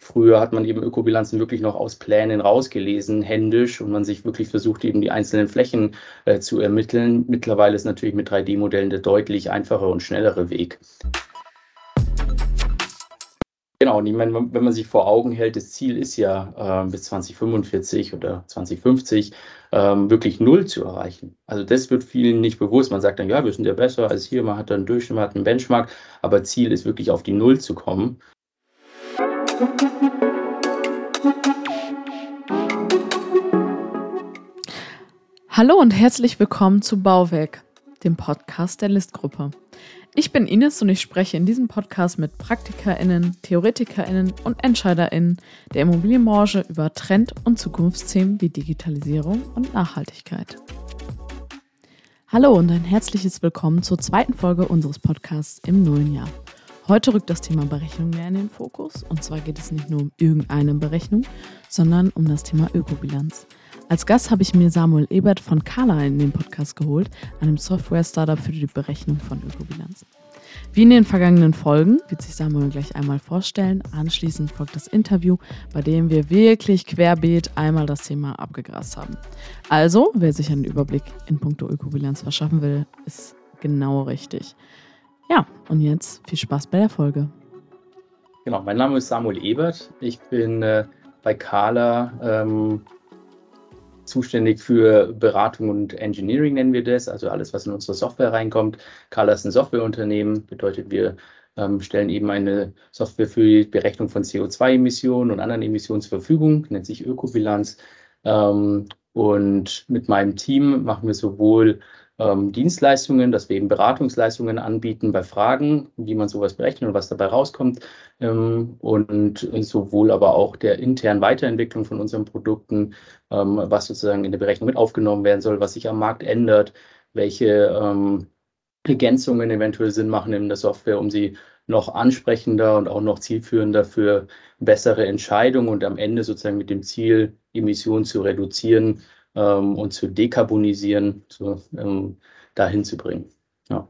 Früher hat man eben Ökobilanzen wirklich noch aus Plänen rausgelesen, händisch, und man sich wirklich versucht, eben die einzelnen Flächen zu ermitteln. Mittlerweile ist natürlich mit 3D-Modellen der deutlich einfache und schnellere Weg. Genau, und ich meine, wenn man sich vor Augen hält, das Ziel ist ja bis 2045 oder 2050 wirklich null zu erreichen. Also das wird vielen nicht bewusst. Man sagt dann, ja, wir sind ja besser als hier, man hat dann einen Durchschnitt, man hat einen Benchmark, aber Ziel ist wirklich auf die Null zu kommen. Hallo und herzlich willkommen zu Bauwerk, dem Podcast der List-Gruppe. Ich bin Ines und ich spreche in diesem Podcast mit PraktikerInnen, TheoretikerInnen und EntscheiderInnen der Immobilienbranche über Trend- und Zukunftsthemen wie Digitalisierung und Nachhaltigkeit. Hallo und ein herzliches Willkommen zur zweiten Folge unseres Podcasts im neuen Jahr. Heute rückt das Thema Berechnung mehr in den Fokus, und zwar geht es nicht nur um irgendeine Berechnung, sondern um das Thema Ökobilanz. Als Gast habe ich mir Samuel Ebert von Carla in den Podcast geholt, einem Software-Startup für die Berechnung von Ökobilanzen. Wie in den vergangenen Folgen wird sich Samuel gleich einmal vorstellen. Anschließend folgt das Interview, bei dem wir wirklich querbeet einmal das Thema abgegrast haben. Also, wer sich einen Überblick in puncto Ökobilanz verschaffen will, ist genau richtig. Ja, und jetzt viel Spaß bei der Folge. Genau, mein Name ist Samuel Ebert. Ich bin bei Carla zuständig für Beratung und Engineering, nennen wir das, also alles, was in unsere Software reinkommt. Carla ist ein Softwareunternehmen, bedeutet, wir stellen eben eine Software für die Berechnung von CO2-Emissionen und anderen Emissionen zur Verfügung, nennt sich Ökobilanz. Und mit meinem Team machen wir sowohl Dienstleistungen, dass wir eben Beratungsleistungen anbieten bei Fragen, wie man sowas berechnet und was dabei rauskommt, und sowohl aber auch der internen Weiterentwicklung von unseren Produkten, was sozusagen in der Berechnung mit aufgenommen werden soll, was sich am Markt ändert, welche Ergänzungen eventuell Sinn machen in der Software, um sie noch ansprechender und auch noch zielführender für bessere Entscheidungen und am Ende sozusagen mit dem Ziel, Emissionen zu reduzieren und zu dekarbonisieren, dahin zu bringen. Ja.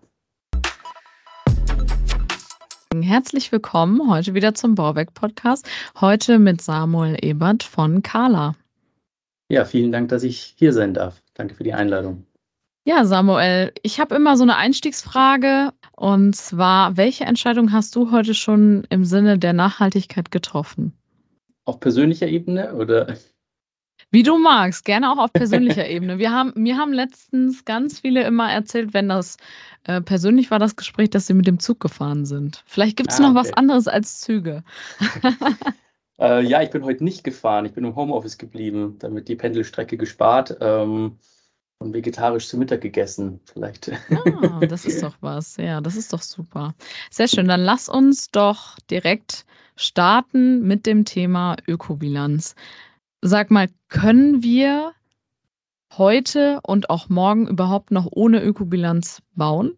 Herzlich willkommen heute wieder zum Bauwerk-Podcast. Heute mit Samuel Ebert von Carla. Ja, vielen Dank, dass ich hier sein darf. Danke für die Einladung. Ja, Samuel, ich habe immer so eine Einstiegsfrage, und zwar, welche Entscheidung hast du heute schon im Sinne der Nachhaltigkeit getroffen? Auf persönlicher Ebene oder? Wie du magst, gerne auch auf persönlicher Ebene. Mir haben letztens ganz viele immer erzählt, wenn das persönlich war, das Gespräch, dass sie mit dem Zug gefahren sind. Vielleicht gibt es noch was anderes als Züge. Ja, ich bin heute nicht gefahren. Ich bin im Homeoffice geblieben, damit die Pendelstrecke gespart und vegetarisch zu Mittag gegessen. Vielleicht. Das ist doch was. Ja, das ist doch super. Sehr schön. Dann lass uns doch direkt starten mit dem Thema Ökobilanz. Sag mal, können wir heute und auch morgen überhaupt noch ohne Ökobilanz bauen?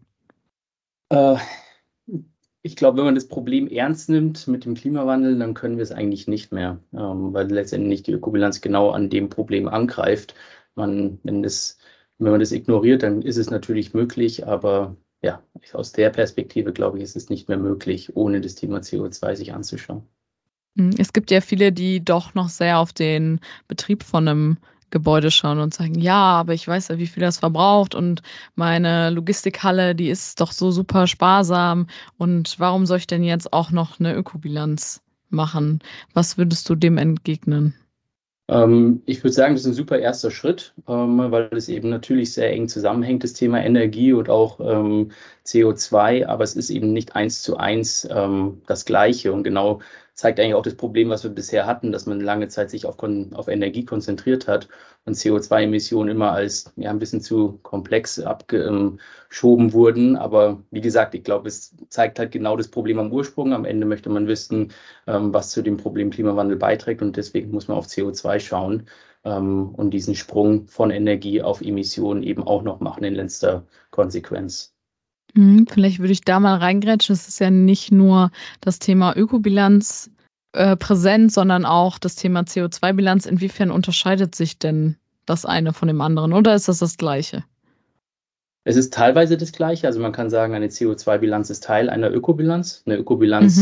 Ich glaube, wenn man das Problem ernst nimmt mit dem Klimawandel, dann können wir es eigentlich nicht mehr, weil letztendlich die Ökobilanz genau an dem Problem angreift. Wenn man das ignoriert, dann ist es natürlich möglich, aber ja, aus der Perspektive, glaube ich, ist es nicht mehr möglich, ohne das Thema CO2 sich anzuschauen. Es gibt ja viele, die doch noch sehr auf den Betrieb von einem Gebäude schauen und sagen, ja, aber ich weiß ja, wie viel das verbraucht, und meine Logistikhalle, die ist doch so super sparsam, und warum soll ich denn jetzt auch noch eine Ökobilanz machen? Was würdest du dem entgegnen? Ich würde sagen, das ist ein super erster Schritt, weil es eben natürlich sehr eng zusammenhängt, das Thema Energie und auch CO2, aber es ist eben nicht 1:1 das Gleiche, und genau zeigt eigentlich auch das Problem, was wir bisher hatten, dass man lange Zeit sich auf Energie konzentriert hat und CO2-Emissionen immer als ein bisschen zu komplex abgeschoben wurden. Aber wie gesagt, ich glaube, es zeigt halt genau das Problem am Ursprung. Am Ende möchte man wissen, was zu dem Problem Klimawandel beiträgt, und deswegen muss man auf CO2 schauen und diesen Sprung von Energie auf Emissionen eben auch noch machen in letzter Konsequenz. Vielleicht würde ich da mal reingrätschen. Es ist ja nicht nur das Thema Ökobilanz präsent, sondern auch das Thema CO2-Bilanz. Inwiefern unterscheidet sich denn das eine von dem anderen, oder ist das Gleiche? Es ist teilweise das Gleiche. Also man kann sagen, eine CO2-Bilanz ist Teil einer Ökobilanz. Eine Ökobilanz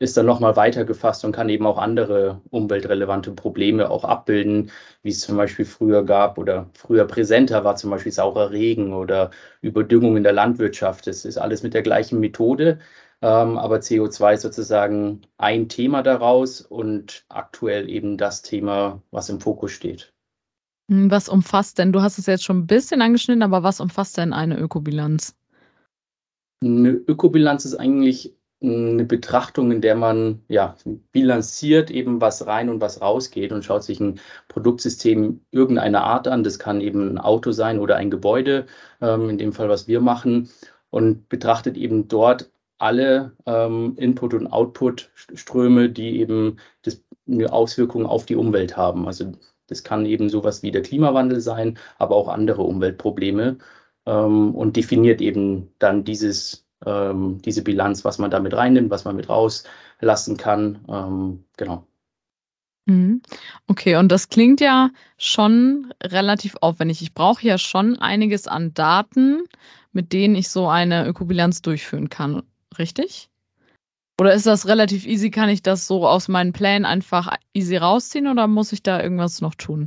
ist dann nochmal weiter gefasst und kann eben auch andere umweltrelevante Probleme auch abbilden, wie es zum Beispiel früher gab oder früher präsenter war, zum Beispiel saurer Regen oder Überdüngung in der Landwirtschaft. Das ist alles mit der gleichen Methode, aber CO2 ist sozusagen ein Thema daraus und aktuell eben das Thema, was im Fokus steht. Was umfasst denn, du hast es jetzt schon ein bisschen angeschnitten, aber was umfasst denn eine Ökobilanz? Eine Ökobilanz ist eigentlich eine Betrachtung, in der man ja bilanziert eben, was rein und was rausgeht und schaut sich ein Produktsystem irgendeiner Art an. Das kann eben ein Auto sein oder ein Gebäude, in dem Fall, was wir machen, und betrachtet eben dort alle Input- und Output-Ströme, die eben eine Auswirkung auf die Umwelt haben. Also das kann eben sowas wie der Klimawandel sein, aber auch andere Umweltprobleme, und definiert eben dann diese Bilanz, was man damit reinnimmt, was man mit rauslassen kann. Genau. Mhm. Okay, und das klingt ja schon relativ aufwendig. Ich brauche ja schon einiges an Daten, mit denen ich so eine Ökobilanz durchführen kann, richtig? Oder ist das relativ easy? Kann ich das so aus meinen Plänen einfach easy rausziehen oder muss ich da irgendwas noch tun?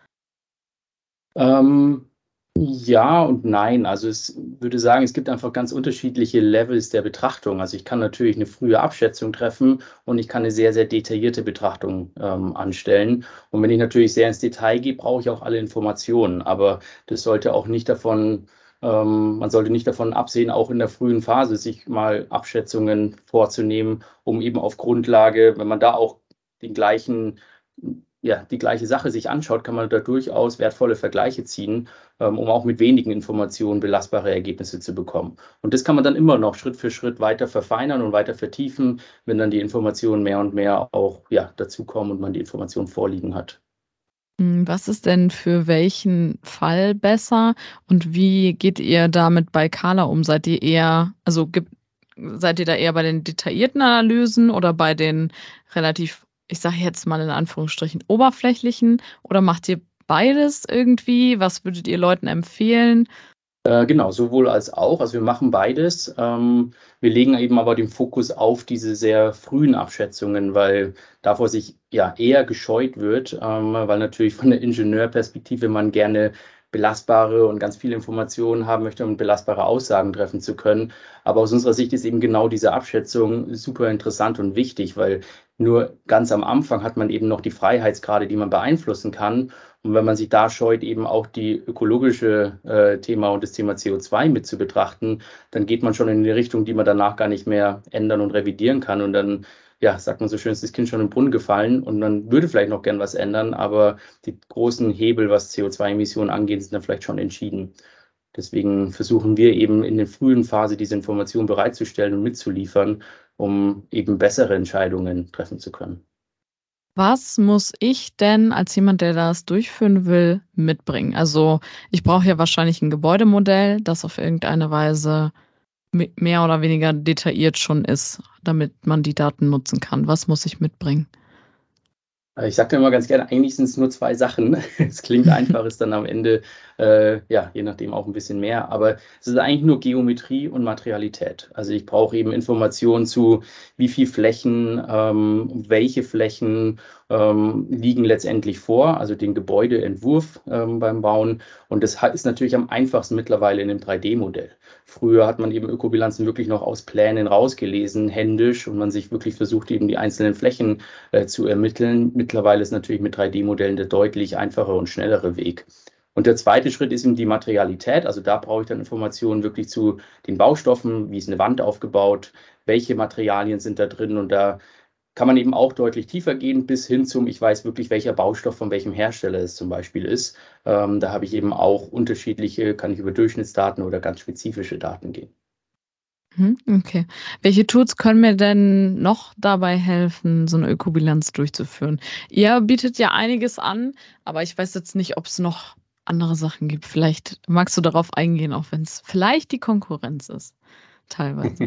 Ähm, ja und nein. Also ich würde sagen, es gibt einfach ganz unterschiedliche Levels der Betrachtung. Also ich kann natürlich eine frühe Abschätzung treffen und ich kann eine sehr, sehr detaillierte Betrachtung anstellen. Und wenn ich natürlich sehr ins Detail gehe, brauche ich auch alle Informationen. Aber das sollte auch nicht man sollte nicht davon absehen, auch in der frühen Phase sich mal Abschätzungen vorzunehmen, um eben auf Grundlage, wenn man da auch den gleichen die gleiche Sache sich anschaut, kann man da durchaus wertvolle Vergleiche ziehen, um auch mit wenigen Informationen belastbare Ergebnisse zu bekommen. Und das kann man dann immer noch Schritt für Schritt weiter verfeinern und weiter vertiefen, wenn dann die Informationen mehr und mehr auch dazukommen und man die Informationen vorliegen hat. Was ist denn für welchen Fall besser und wie geht ihr damit bei Carla um? Seid ihr da eher bei den detaillierten Analysen oder bei den relativ, ich sage jetzt mal in Anführungsstrichen, oberflächlichen oder macht ihr beides irgendwie? Was würdet ihr Leuten empfehlen? Genau, sowohl als auch. Also wir machen beides. Wir legen eben aber den Fokus auf diese sehr frühen Abschätzungen, weil davor sich ja eher gescheut wird, weil natürlich von der Ingenieurperspektive man gerne belastbare und ganz viele Informationen haben möchte, um belastbare Aussagen treffen zu können. Aber aus unserer Sicht ist eben genau diese Abschätzung super interessant und wichtig, weil nur ganz am Anfang hat man eben noch die Freiheitsgrade, die man beeinflussen kann. Und wenn man sich da scheut, eben auch die ökologische Thema und das Thema CO2 mit zu betrachten, dann geht man schon in die Richtung, die man danach gar nicht mehr ändern und revidieren kann. Und dann, ja, sagt man so schön, ist das Kind schon im Brunnen gefallen und man würde vielleicht noch gern was ändern, aber die großen Hebel, was CO2-Emissionen angeht, sind dann vielleicht schon entschieden. Deswegen versuchen wir eben in der frühen Phase diese Informationen bereitzustellen und mitzuliefern, um eben bessere Entscheidungen treffen zu können. Was muss ich denn als jemand, der das durchführen will, mitbringen? Also ich brauche ja wahrscheinlich ein Gebäudemodell, das auf irgendeine Weise mehr oder weniger detailliert schon ist, damit man die Daten nutzen kann. Was muss ich mitbringen? Ich sage immer ganz gerne, eigentlich sind es nur zwei Sachen. Es klingt einfach, ist dann am Ende, je nachdem auch ein bisschen mehr. Aber es ist eigentlich nur Geometrie und Materialität. Also ich brauche eben Informationen zu, wie viel Flächen, welche Flächen liegen letztendlich vor, also den Gebäudeentwurf beim Bauen. Und das ist natürlich am einfachsten mittlerweile in dem 3D-Modell. Früher hat man eben Ökobilanzen wirklich noch aus Plänen rausgelesen, händisch, und man sich wirklich versucht, eben die einzelnen Flächen zu ermitteln. Mittlerweile ist natürlich mit 3D-Modellen der deutlich einfache und schnellere Weg. Und der zweite Schritt ist eben die Materialität. Also da brauche ich dann Informationen wirklich zu den Baustoffen, wie ist eine Wand aufgebaut, welche Materialien sind da drin. Und da kann man eben auch deutlich tiefer gehen, bis hin zum, ich weiß wirklich, welcher Baustoff von welchem Hersteller es zum Beispiel ist. Da habe ich eben auch unterschiedliche, kann ich über Durchschnittsdaten oder ganz spezifische Daten gehen. Okay. Welche Tools können mir denn noch dabei helfen, so eine Ökobilanz durchzuführen? Ihr bietet ja einiges an, aber ich weiß jetzt nicht, ob es noch andere Sachen gibt. Vielleicht magst du darauf eingehen, auch wenn es vielleicht die Konkurrenz ist, teilweise.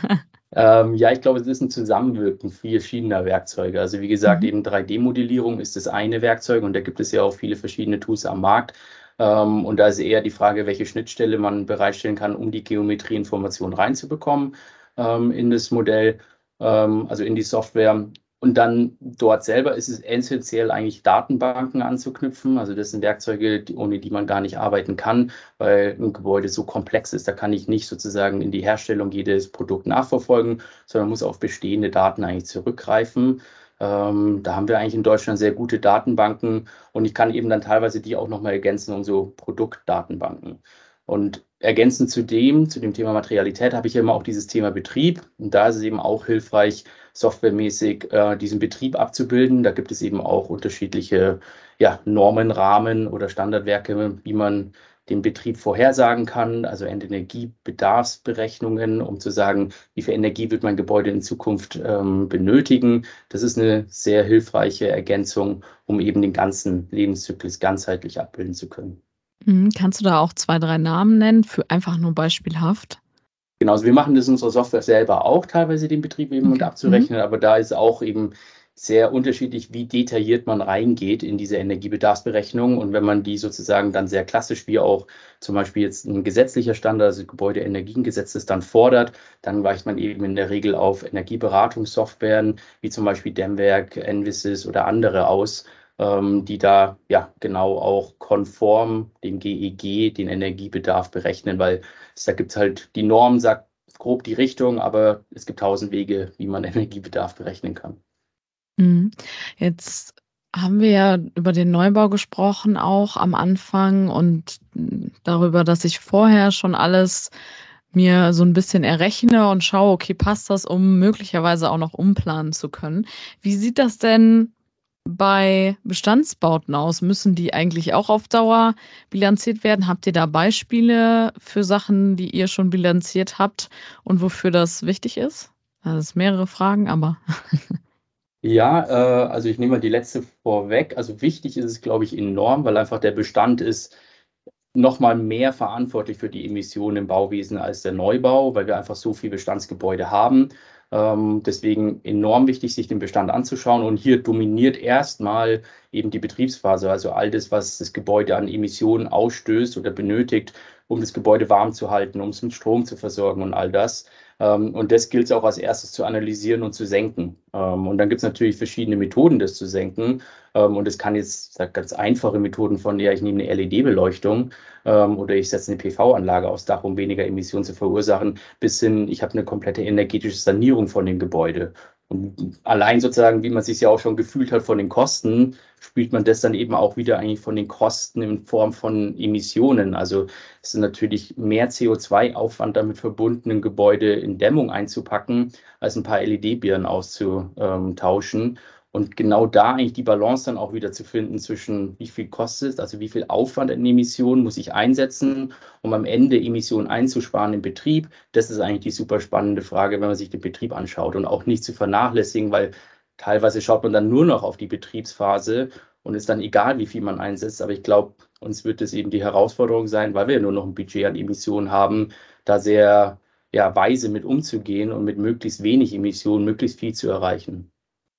Ja, ich glaube, es ist ein Zusammenwirken verschiedener Werkzeuge. Also wie gesagt, Mhm. eben 3D-Modellierung ist das eine Werkzeug und da gibt es ja auch viele verschiedene Tools am Markt. Und da ist eher die Frage, welche Schnittstelle man bereitstellen kann, um die Geometrieinformation reinzubekommen in das Modell. also in die Software. Und dann dort selber ist es essentiell eigentlich Datenbanken anzuknüpfen. Also das sind Werkzeuge, ohne die man gar nicht arbeiten kann, weil ein Gebäude so komplex ist. Da kann ich nicht sozusagen in die Herstellung jedes Produkt nachverfolgen, sondern muss auf bestehende Daten eigentlich zurückgreifen. Da haben wir eigentlich in Deutschland sehr gute Datenbanken und ich kann eben dann teilweise die auch nochmal ergänzen um so Produktdatenbanken. Und ergänzend zu dem Thema Materialität, habe ich ja immer auch dieses Thema Betrieb. Und da ist es eben auch hilfreich, softwaremäßig diesen Betrieb abzubilden. Da gibt es eben auch unterschiedliche Normenrahmen oder Standardwerke, wie man den Betrieb vorhersagen kann, also Energiebedarfsberechnungen, um zu sagen, wie viel Energie wird mein Gebäude in Zukunft benötigen. Das ist eine sehr hilfreiche Ergänzung, um eben den ganzen Lebenszyklus ganzheitlich abbilden zu können. Kannst du da auch 2, 3 Namen nennen, für einfach nur beispielhaft? Genau, also wir machen das in unserer Software selber auch teilweise den Betrieb eben und abzurechnen, aber da ist auch eben sehr unterschiedlich, wie detailliert man reingeht in diese Energiebedarfsberechnung. Und wenn man die sozusagen dann sehr klassisch, wie auch zum Beispiel jetzt ein gesetzlicher Standard, also Gebäudeenergiegesetz das dann fordert, dann weicht man eben in der Regel auf Energieberatungssoftwaren, wie zum Beispiel Dämmwerk, Envisys oder andere aus, die da ja genau auch konform dem GEG den Energiebedarf berechnen, weil da gibt es halt, die Norm sagt grob die Richtung, aber es gibt 1000 Wege, wie man Energiebedarf berechnen kann. Jetzt haben wir ja über den Neubau gesprochen, auch am Anfang und darüber, dass ich vorher schon alles mir so ein bisschen errechne und schaue, okay, passt das, um möglicherweise auch noch umplanen zu können. Wie sieht das denn bei Bestandsbauten aus? Müssen die eigentlich auch auf Dauer bilanziert werden? Habt ihr da Beispiele für Sachen, die ihr schon bilanziert habt und wofür das wichtig ist? Das sind mehrere Fragen, aber Ja, also ich nehme mal die letzte vorweg. Also wichtig ist es, glaube ich, enorm, weil einfach der Bestand ist noch mal mehr verantwortlich für die Emissionen im Bauwesen als der Neubau, weil wir einfach so viele Bestandsgebäude haben. Deswegen enorm wichtig, sich den Bestand anzuschauen. Und hier dominiert erstmal eben die Betriebsphase, also all das, was das Gebäude an Emissionen ausstößt oder benötigt, um das Gebäude warm zu halten, um es mit Strom zu versorgen und all das. Und das gilt es auch als erstes zu analysieren und zu senken. Und dann gibt es natürlich verschiedene Methoden, das zu senken. Und es kann jetzt ganz einfache Methoden von, ja, ich nehme eine LED-Beleuchtung oder ich setze eine PV-Anlage aufs Dach, um weniger Emissionen zu verursachen, bis hin, ich habe eine komplette energetische Sanierung von dem Gebäude. Und allein sozusagen, wie man sich ja auch schon gefühlt hat von den Kosten, spielt man das dann eben auch wieder eigentlich von den Kosten in Form von Emissionen. Also es ist natürlich mehr CO2-Aufwand damit verbunden, ein Gebäude in Dämmung einzupacken, als ein paar LED-Birnen auszutauschen. Und genau da eigentlich die Balance dann auch wieder zu finden zwischen wie viel kostet es, also wie viel Aufwand in Emissionen muss ich einsetzen, um am Ende Emissionen einzusparen im Betrieb. Das ist eigentlich die super spannende Frage, wenn man sich den Betrieb anschaut und auch nicht zu vernachlässigen, weil teilweise schaut man dann nur noch auf die Betriebsphase und ist dann egal, wie viel man einsetzt. Aber ich glaube, uns wird es eben die Herausforderung sein, weil wir ja nur noch ein Budget an Emissionen haben, da sehr weise mit umzugehen und mit möglichst wenig Emissionen möglichst viel zu erreichen.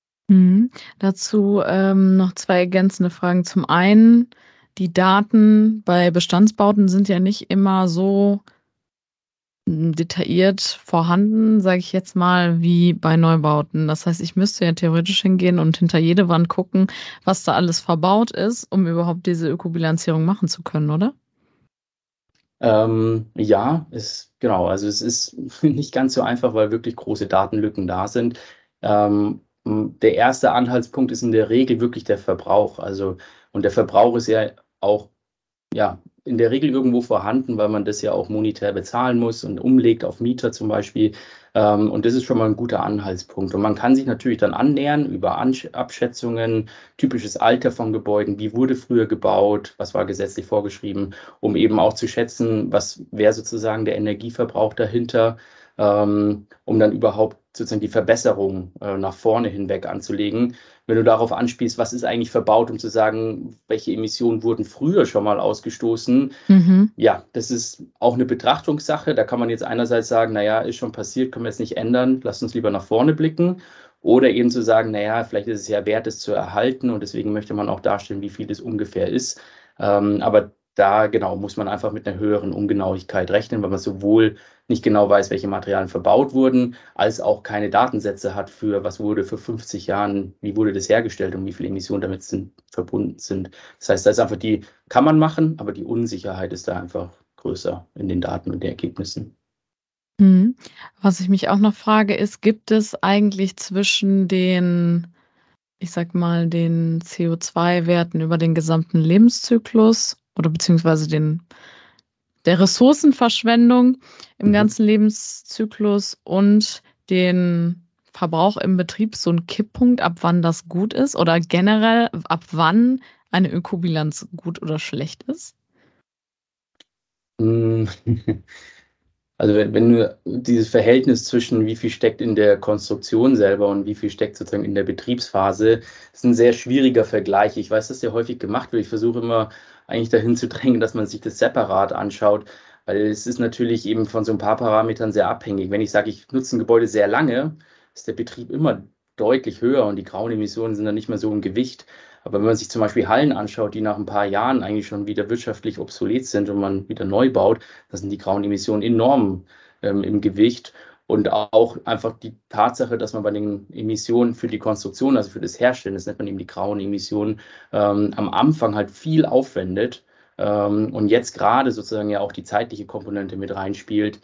Dazu noch 2 ergänzende Fragen. Zum einen, die Daten bei Bestandsbauten sind ja nicht immer so detailliert vorhanden, sage ich jetzt mal, wie bei Neubauten. Das heißt, ich müsste ja theoretisch hingehen und hinter jede Wand gucken, was da alles verbaut ist, um überhaupt diese Ökobilanzierung machen zu können, oder? Ja, genau. Also es ist nicht ganz so einfach, weil wirklich große Datenlücken da sind. Der erste Anhaltspunkt ist in der Regel wirklich der Verbrauch. Also, und der Verbrauch ist ja auch in der Regel irgendwo vorhanden, weil man das ja auch monetär bezahlen muss und umlegt auf Mieter zum Beispiel. Und das ist schon mal ein guter Anhaltspunkt. Und man kann sich natürlich dann annähern über Abschätzungen, typisches Alter von Gebäuden, wie wurde früher gebaut, was war gesetzlich vorgeschrieben, um eben auch zu schätzen, was wäre sozusagen der Energieverbrauch dahinter, um dann überhaupt sozusagen die Verbesserung nach vorne hinweg anzulegen. Wenn du darauf anspielst, was ist eigentlich verbaut, um zu sagen, welche Emissionen wurden früher schon mal ausgestoßen. Ja, das ist auch eine Betrachtungssache. Da kann man jetzt einerseits sagen, naja, ist schon passiert, können wir jetzt nicht ändern, lasst uns lieber nach vorne blicken. Oder eben zu sagen, naja, vielleicht ist es ja wert, es zu erhalten und deswegen möchte man auch darstellen, wie viel es ungefähr ist. Aber da genau muss man einfach mit einer höheren Ungenauigkeit rechnen, weil man sowohl nicht genau weiß, welche Materialien verbaut wurden, als auch keine Datensätze hat für, was wurde vor 50 Jahren, wie wurde das hergestellt und wie viele Emissionen damit verbunden sind. Das heißt, da ist einfach kann man machen, aber die Unsicherheit ist da einfach größer in den Daten und den Ergebnissen. Mhm. Was ich mich auch noch frage, ist, gibt es eigentlich zwischen den, ich sag mal, den CO2-Werten über den gesamten Lebenszyklus oder beziehungsweise der Ressourcenverschwendung im Mhm. ganzen Lebenszyklus und den Verbrauch im Betrieb so ein Kipppunkt, ab wann das gut ist oder generell ab wann eine Ökobilanz gut oder schlecht ist? Mm. Also wenn du dieses Verhältnis zwischen wie viel steckt in der Konstruktion selber und wie viel steckt sozusagen in der Betriebsphase, ist ein sehr schwieriger Vergleich. Ich weiß, dass der häufig gemacht wird. Ich versuche immer eigentlich dahin zu drängen, dass man sich das separat anschaut, weil es ist natürlich eben von so ein paar Parametern sehr abhängig. Wenn ich sage, ich nutze ein Gebäude sehr lange, ist der Betrieb immer deutlich höher und die grauen Emissionen sind dann nicht mehr so im Gewicht. Aber wenn man sich zum Beispiel Hallen anschaut, die nach ein paar Jahren eigentlich schon wieder wirtschaftlich obsolet sind und man wieder neu baut, da sind die grauen Emissionen enorm im Gewicht. Und auch einfach die Tatsache, dass man bei den Emissionen für die Konstruktion, also für das Herstellen, das nennt man eben die grauen Emissionen, am Anfang halt viel aufwendet und jetzt gerade sozusagen ja auch die zeitliche Komponente mit reinspielt.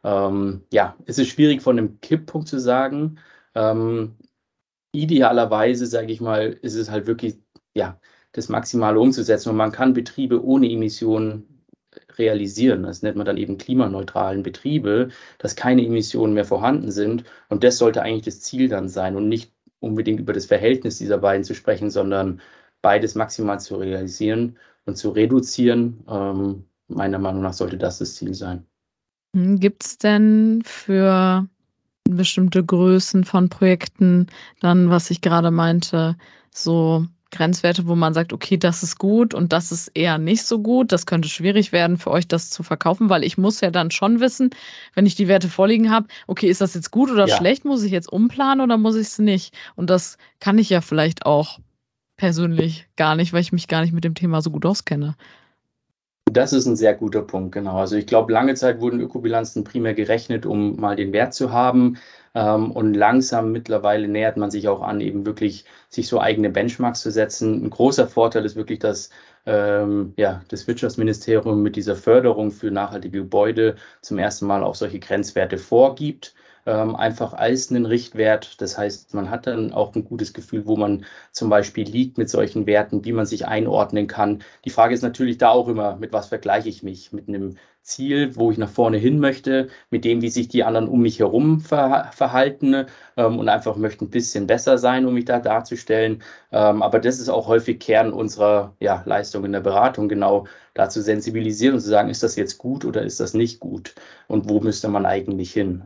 Ja, es ist schwierig von einem Kipppunkt zu sagen. Ähm, Idealerweise, sage ich mal, ist es halt wirklich ja, das Maximale umzusetzen. Und man kann Betriebe ohne Emissionen realisieren. Das nennt man dann eben klimaneutralen Betriebe, dass keine Emissionen mehr vorhanden sind. Und das sollte eigentlich das Ziel dann sein und nicht unbedingt über das Verhältnis dieser beiden zu sprechen, sondern beides maximal zu realisieren und zu reduzieren. Meiner Meinung nach sollte das das Ziel sein. Gibt es denn für bestimmte Größen von Projekten dann, was ich gerade meinte, so Grenzwerte, wo man sagt, okay, das ist gut und das ist eher nicht so gut. Das könnte schwierig werden für euch, das zu verkaufen, weil ich muss ja dann schon wissen, wenn ich die Werte vorliegen habe, okay, ist das jetzt gut oder Ja. schlecht? Muss ich jetzt umplanen oder muss ich es nicht? Und das kann ich ja vielleicht auch persönlich gar nicht, weil ich mich gar nicht mit dem Thema so gut auskenne. Das ist ein sehr guter Punkt, genau. Also ich glaube, lange Zeit wurden Ökobilanzen primär gerechnet, um mal den Wert zu haben. Und langsam mittlerweile nähert man sich auch an, eben wirklich sich so eigene Benchmarks zu setzen. Ein großer Vorteil ist wirklich, dass ja, das Wirtschaftsministerium mit dieser Förderung für nachhaltige Gebäude zum ersten Mal auch solche Grenzwerte vorgibt. Einfach als einen Richtwert. Das heißt, man hat dann auch ein gutes Gefühl, wo man zum Beispiel liegt mit solchen Werten, wie man sich einordnen kann. Die Frage ist natürlich da auch immer, mit was vergleiche ich mich? Mit einem Ziel, wo ich nach vorne hin möchte, mit dem, wie sich die anderen um mich herum verhalten und einfach möchte ein bisschen besser sein, um mich da darzustellen. Aber das ist auch häufig Kern unserer ja, Leistung in der Beratung, genau da zu sensibilisieren und zu sagen, ist das jetzt gut oder ist das nicht gut? Und wo müsste man eigentlich hin?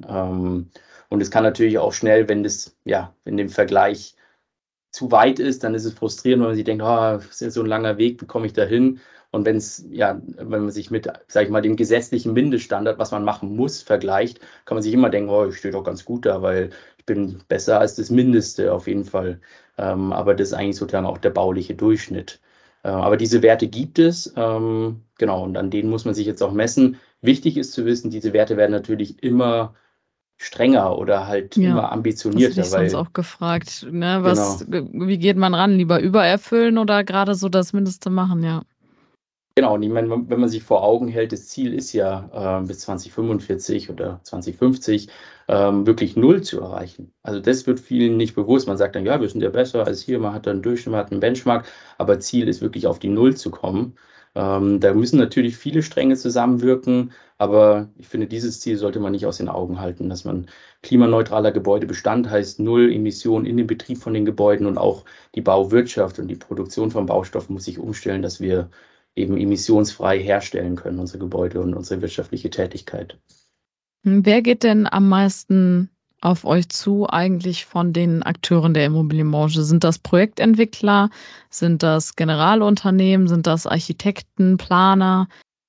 Und es kann natürlich auch schnell, wenn das, ja, in dem Vergleich zu weit ist, dann ist es frustrierend, wenn man sich denkt, oh, das ist jetzt so ein langer Weg, wie komme ich da hin? Und wenn es, ja, wenn man sich mit, sag ich mal, dem gesetzlichen Mindeststandard, was man machen muss, vergleicht, kann man sich immer denken, oh, ich stehe doch ganz gut da, weil ich bin besser als das Mindeste auf jeden Fall. Aber das ist eigentlich sozusagen auch der bauliche Durchschnitt. Aber diese Werte gibt es, genau, und an denen muss man sich jetzt auch messen. Wichtig ist zu wissen, diese Werte werden natürlich immer strenger oder halt Ja, immer das hätte ambitionierter, ich sonst weil, auch gefragt. Ne? genau. Wie geht man ran? Lieber übererfüllen oder gerade so das Mindeste machen? Ja. Genau, und ich meine, wenn man sich vor Augen hält, das Ziel ist ja bis 2045 oder 2050 wirklich null zu erreichen. Also das wird vielen nicht bewusst. Man sagt dann, ja, wir sind ja besser als hier, man hat dann einen Durchschnitt, man hat einen Benchmark, aber Ziel ist wirklich auf die Null zu kommen. Da müssen natürlich viele Stränge zusammenwirken, aber ich finde, dieses Ziel sollte man nicht aus den Augen halten, dass man klimaneutraler Gebäudebestand heißt Null Emissionen in den Betrieb von den Gebäuden und auch die Bauwirtschaft und die Produktion von Baustoffen muss sich umstellen, dass wir eben emissionsfrei herstellen können, unsere Gebäude und unsere wirtschaftliche Tätigkeit. Wer geht denn am meisten auf euch zu, eigentlich von den Akteuren der Immobilienbranche? Sind das Projektentwickler? Sind das Generalunternehmen? Sind das Architekten, Planer?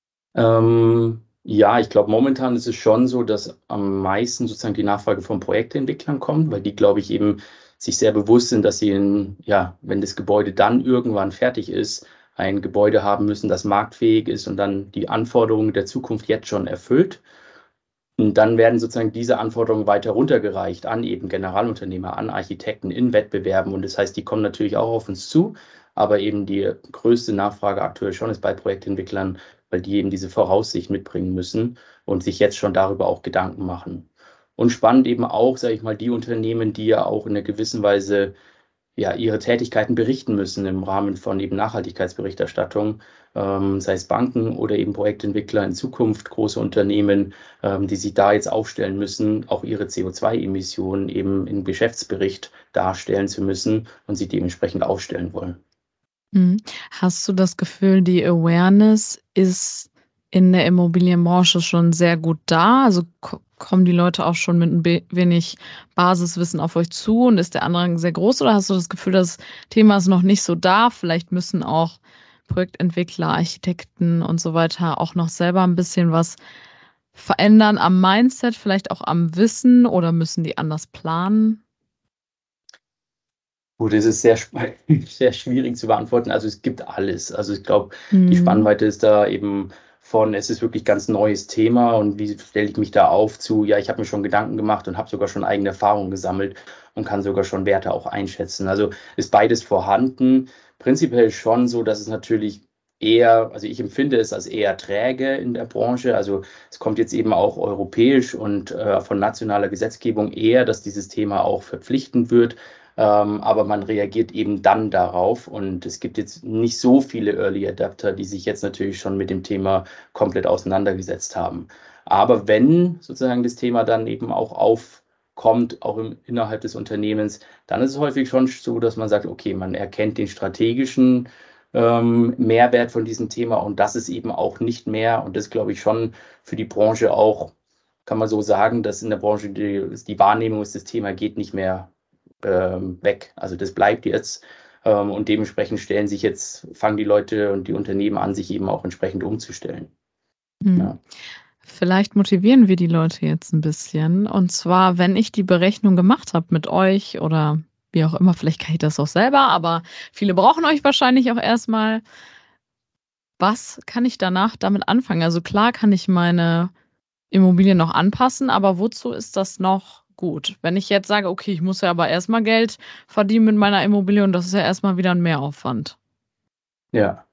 Ja, ich glaube, momentan ist es schon so, dass am meisten sozusagen die Nachfrage von Projektentwicklern kommt, weil die, glaube ich, eben sich sehr bewusst sind, dass sie ja, wenn das Gebäude dann irgendwann fertig ist, ein Gebäude haben müssen, das marktfähig ist und dann die Anforderungen der Zukunft jetzt schon erfüllt. Und dann werden sozusagen diese Anforderungen weiter runtergereicht an eben Generalunternehmer, an Architekten in Wettbewerben. Und das heißt, die kommen natürlich auch auf uns zu, aber eben die größte Nachfrage aktuell schon ist bei Projektentwicklern, weil die eben diese Voraussicht mitbringen müssen und sich jetzt schon darüber auch Gedanken machen. Und spannend eben auch, sage ich mal, die Unternehmen, die ja auch in einer gewissen Weise ja, ihre Tätigkeiten berichten müssen im Rahmen von eben Nachhaltigkeitsberichterstattung, sei es Banken oder eben Projektentwickler in Zukunft, große Unternehmen, die sich da jetzt aufstellen müssen, auch ihre CO2-Emissionen eben im Geschäftsbericht darstellen zu müssen und sie dementsprechend aufstellen wollen. Hast du das Gefühl, die Awareness ist in der Immobilienbranche schon sehr gut da? Also kommen die Leute auch schon mit ein wenig Basiswissen auf euch zu und ist der Andrang sehr groß? Oder hast du das Gefühl, das Thema ist noch nicht so da? Vielleicht müssen auch Projektentwickler, Architekten und so weiter auch noch selber ein bisschen was verändern am Mindset, vielleicht auch am Wissen, oder müssen die anders planen? Gut, es ist sehr, sehr schwierig zu beantworten. Also es gibt alles. Also ich glaube, die Mhm. Spannweite ist da eben von, es ist wirklich ganz neues Thema und wie stelle ich mich da auf zu, ja, ich habe mir schon Gedanken gemacht und habe sogar schon eigene Erfahrungen gesammelt und kann sogar schon Werte auch einschätzen. Also ist beides vorhanden. Prinzipiell schon so, dass es natürlich eher, also ich empfinde es als eher träge in der Branche. Also es kommt jetzt eben auch europäisch und von nationaler Gesetzgebung eher, dass dieses Thema auch verpflichtend wird. Aber man reagiert eben dann darauf und es gibt jetzt nicht so viele Early Adapter, die sich jetzt natürlich schon mit dem Thema komplett auseinandergesetzt haben. Aber wenn sozusagen das Thema dann eben auch aufkommt, auch innerhalb des Unternehmens, dann ist es häufig schon so, dass man sagt, okay, man erkennt den strategischen Mehrwert von diesem Thema und das ist eben auch nicht mehr, und das glaube ich schon für die Branche auch, kann man so sagen, dass in der Branche die Wahrnehmung ist, das Thema geht nicht mehr weg. Also das bleibt jetzt. Und dementsprechend fangen die Leute und die Unternehmen an, sich eben auch entsprechend umzustellen. Ja. Vielleicht motivieren wir die Leute jetzt ein bisschen. Und zwar, wenn ich die Berechnung gemacht habe mit euch oder wie auch immer, vielleicht kann ich das auch selber, aber viele brauchen euch wahrscheinlich auch erstmal. Was kann ich danach damit anfangen? Also klar kann ich meine Immobilie noch anpassen, aber wozu ist das noch gut? Wenn ich jetzt sage, okay, ich muss ja aber erstmal Geld verdienen mit meiner Immobilie und das ist ja erstmal wieder ein Mehraufwand. Ja.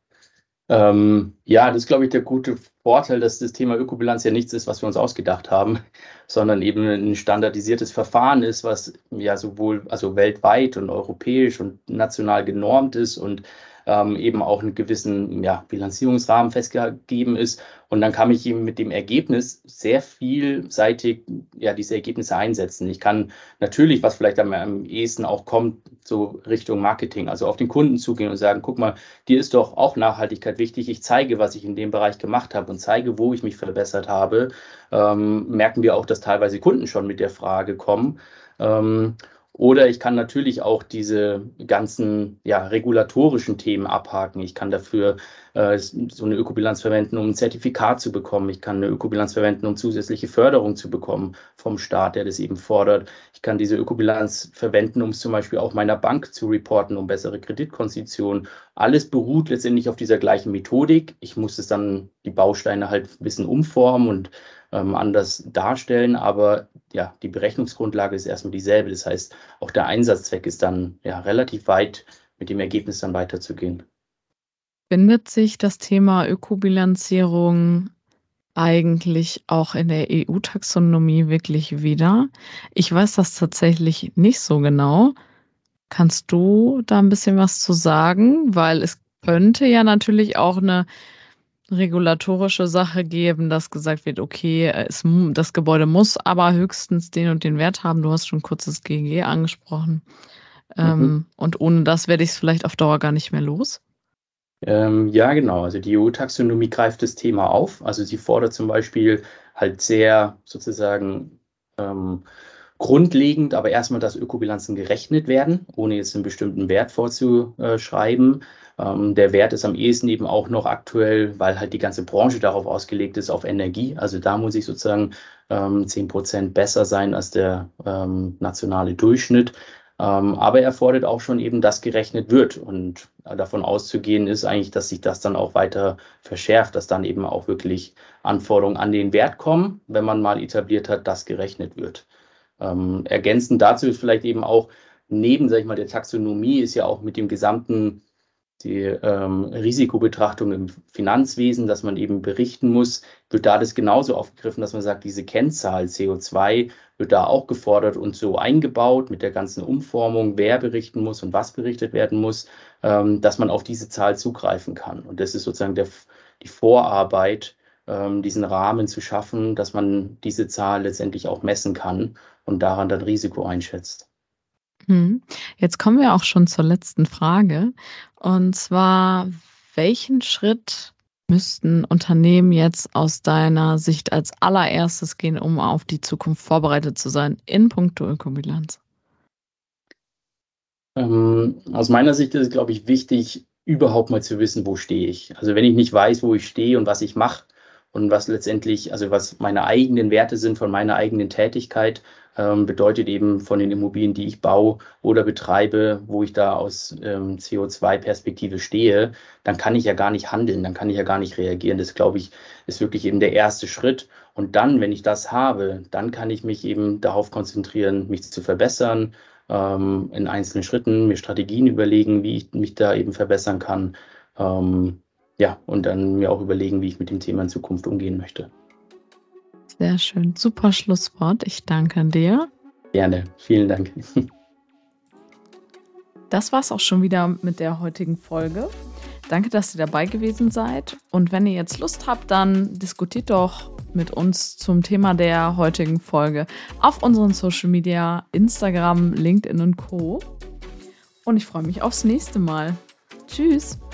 Ja, das ist, glaube ich, der gute Vorteil, dass das Thema Ökobilanz ja nichts ist, was wir uns ausgedacht haben, sondern eben ein standardisiertes Verfahren ist, was ja sowohl also weltweit und europäisch und national genormt ist und eben auch einen gewissen ja, Bilanzierungsrahmen festgegeben ist. Und dann kann ich eben mit dem Ergebnis sehr vielseitig ja, diese Ergebnisse einsetzen. Ich kann natürlich, was vielleicht am ehesten auch kommt, so Richtung Marketing, also auf den Kunden zugehen und sagen, guck mal, dir ist doch auch Nachhaltigkeit wichtig. Ich zeige, was ich in dem Bereich gemacht habe und zeige, wo ich mich verbessert habe. Merken wir auch, dass teilweise Kunden schon mit der Frage kommen. Oder ich kann natürlich auch diese ganzen ja, regulatorischen Themen abhaken. Ich kann dafür so eine Ökobilanz verwenden, um ein Zertifikat zu bekommen. Ich kann eine Ökobilanz verwenden, um zusätzliche Förderung zu bekommen vom Staat, der das eben fordert. Ich kann diese Ökobilanz verwenden, um es zum Beispiel auch meiner Bank zu reporten, um bessere Kreditkonditionen. Alles beruht letztendlich auf dieser gleichen Methodik. Ich muss es dann, die Bausteine halt ein bisschen umformen und anders darstellen, aber ja, die Berechnungsgrundlage ist erstmal dieselbe. Das heißt, auch der Einsatzzweck ist dann ja relativ weit, mit dem Ergebnis dann weiterzugehen. Findet sich das Thema Ökobilanzierung eigentlich auch in der EU-Taxonomie wirklich wieder? Ich weiß das tatsächlich nicht so genau. Kannst du da ein bisschen was zu sagen? Weil es könnte ja natürlich auch eine regulatorische Sache geben, dass gesagt wird, okay, das Gebäude muss aber höchstens den und den Wert haben. Du hast schon kurz das GEG angesprochen. Mhm. Und ohne das werde ich es vielleicht auf Dauer gar nicht mehr los. Ja, genau. Also die EU-Taxonomie greift das Thema auf. Also sie fordert zum Beispiel halt sehr sozusagen grundlegend, aber erstmal, dass Ökobilanzen gerechnet werden, ohne jetzt einen bestimmten Wert vorzuschreiben. Der Wert ist am ehesten eben auch noch aktuell, weil halt die ganze Branche darauf ausgelegt ist, auf Energie. Also da muss ich sozusagen 10% besser sein als der nationale Durchschnitt. Aber er fordert auch schon eben, dass gerechnet wird. Und davon auszugehen ist eigentlich, dass sich das dann auch weiter verschärft, dass dann eben auch wirklich Anforderungen an den Wert kommen, wenn man mal etabliert hat, dass gerechnet wird. Ergänzend dazu ist vielleicht eben auch neben, sag ich mal, der Taxonomie ist ja auch mit dem gesamten die Risikobetrachtung im Finanzwesen, dass man eben berichten muss, wird da das genauso aufgegriffen, dass man sagt, diese Kennzahl CO2 wird da auch gefordert und so eingebaut mit der ganzen Umformung, wer berichten muss und was berichtet werden muss, dass man auf diese Zahl zugreifen kann. Und das ist sozusagen die Vorarbeit, diesen Rahmen zu schaffen, dass man diese Zahl letztendlich auch messen kann und daran dann Risiko einschätzt. Jetzt kommen wir auch schon zur letzten Frage. Und zwar, welchen Schritt müssten Unternehmen jetzt aus deiner Sicht als allererstes gehen, um auf die Zukunft vorbereitet zu sein in puncto Ökobilanz? Aus meiner Sicht ist es, glaube ich, wichtig, überhaupt mal zu wissen, wo stehe ich. Also wenn ich nicht weiß, wo ich stehe und was ich mache und was letztendlich, also was meine eigenen Werte sind von meiner eigenen Tätigkeit, bedeutet eben von den Immobilien, die ich baue oder betreibe, wo ich da aus CO2-Perspektive stehe, dann kann ich ja gar nicht handeln, dann kann ich ja gar nicht reagieren. Das, glaube ich, ist wirklich eben der erste Schritt. Und dann, wenn ich das habe, dann kann ich mich eben darauf konzentrieren, mich zu verbessern, in einzelnen Schritten, mir Strategien überlegen, wie ich mich da eben verbessern kann. Ja, und dann mir auch überlegen, wie ich mit dem Thema in Zukunft umgehen möchte. Sehr schön. Super Schlusswort. Ich danke dir. Gerne. Vielen Dank. Das war's auch schon wieder mit der heutigen Folge. Danke, dass ihr dabei gewesen seid. Und wenn ihr jetzt Lust habt, dann diskutiert doch mit uns zum Thema der heutigen Folge auf unseren Social Media, Instagram, LinkedIn und Co. Und ich freue mich aufs nächste Mal. Tschüss.